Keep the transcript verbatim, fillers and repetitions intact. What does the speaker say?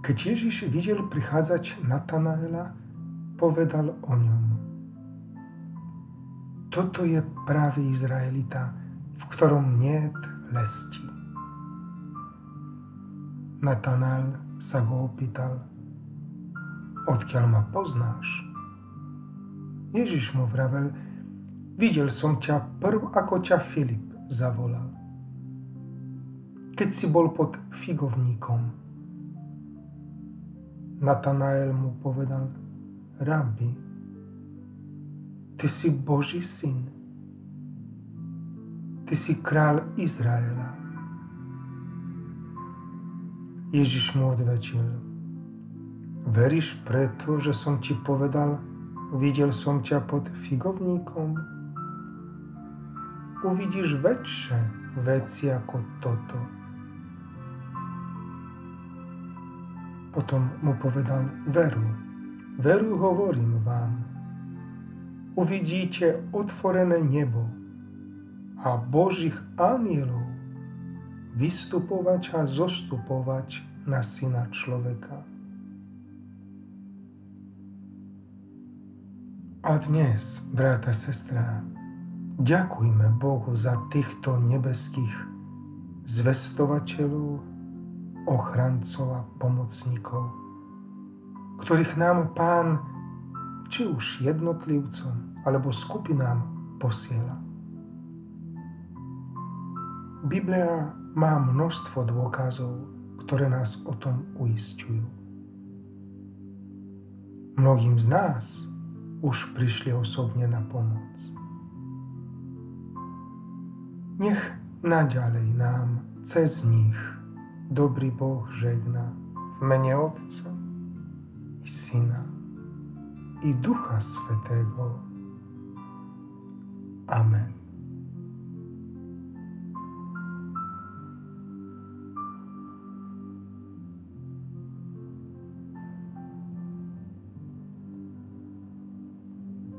Keď Ježiš videl prichádzať Natanaela, povedal o ňom: Toto je pravý Izraelita, v ktorom niet lesti. Natanael sa ho opýtal: Odkiaľ ma poznáš? Ježiš mu vravel: Videl som ťa prv, ako ťa Filip zavolal, keď si bol pod figovníkom. Natanael mu povedal: Rabi, ty si Boží syn, ty si kráľ Izraela. Ježiš mu odvečil: Veríš preto, že som ti povedal, videl som ťa pod figovníkom? Uvidíš väčšie veci ako toto. Potom mu povedal: Veru, veru hovorím vám. Uvidíte otvorené nebo a Božích anielov vystupovať a zostupovať na Syna človeka. A dnes, brat a sestra, ďakujme Bohu za týchto nebeských zvestovateľov, ochrancov a pomocníkov, ktorých nám Pán či už jednotlivcom alebo skupinám posiela. Biblia má množstvo dôkazov, ktoré nás o tom uisťujú. Mnohým z nás už prišli osobne na pomoc. Nech naďalej nám cez nich dobrý Boh žehná v mene Otca i Syna i Ducha Svätého. Amen.